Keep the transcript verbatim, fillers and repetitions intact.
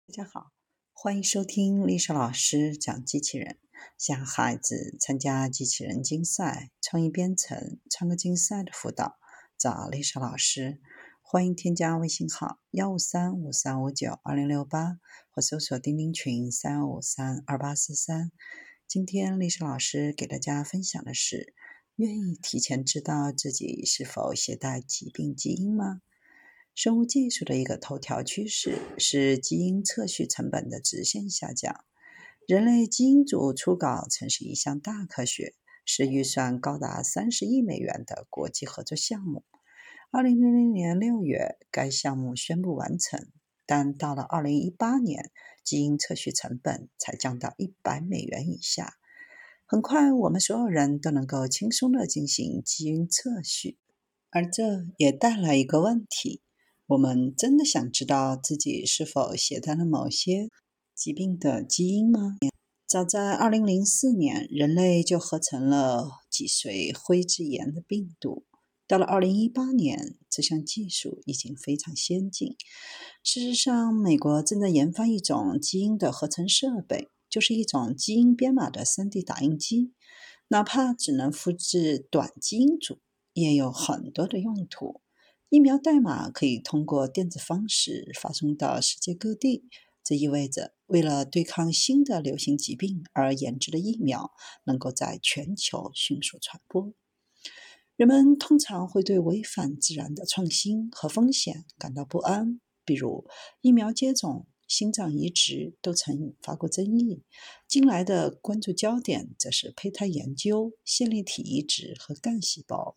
大家好，欢迎收听丽莎老师讲机器人。想孩子参加机器人竞赛、创意编程、创客竞赛的辅导，找丽莎老师。欢迎添加微信号幺五三五三五九二零六八，或搜索钉钉群三五三二八四三。今天丽莎老师给大家分享的是：愿意提前知道自己是否携带疾病基因吗？生物技术的一个头条趋势是基因测序成本的直线下降。人类基因组初稿曾是一项大科学，是预算高达三十亿美元的国际合作项目。二零零零年六月，该项目宣布完成，但到了二零一八年，基因测序成本才降到一百美元以下。很快，我们所有人都能够轻松地进行基因测序，而这也带来一个问题。我们真的想知道自己是否携带了某些疾病的基因吗？早在二零零四年，人类就合成了脊髓灰质炎的病毒。到了二零一八年，这项技术已经非常先进。事实上，美国正在研发一种基因的合成设备，就是一种基因编码的 三 D 打印机。哪怕只能复制短基因组，也有很多的用途。疫苗代码可以通过电子方式发送到世界各地，这意味着为了对抗新的流行疾病而研制的疫苗能够在全球迅速传播。人们通常会对违反自然的创新和风险感到不安，比如疫苗接种、心脏移植都曾引发过争议。近来的关注焦点则是胚胎研究、线粒体移植和干细胞。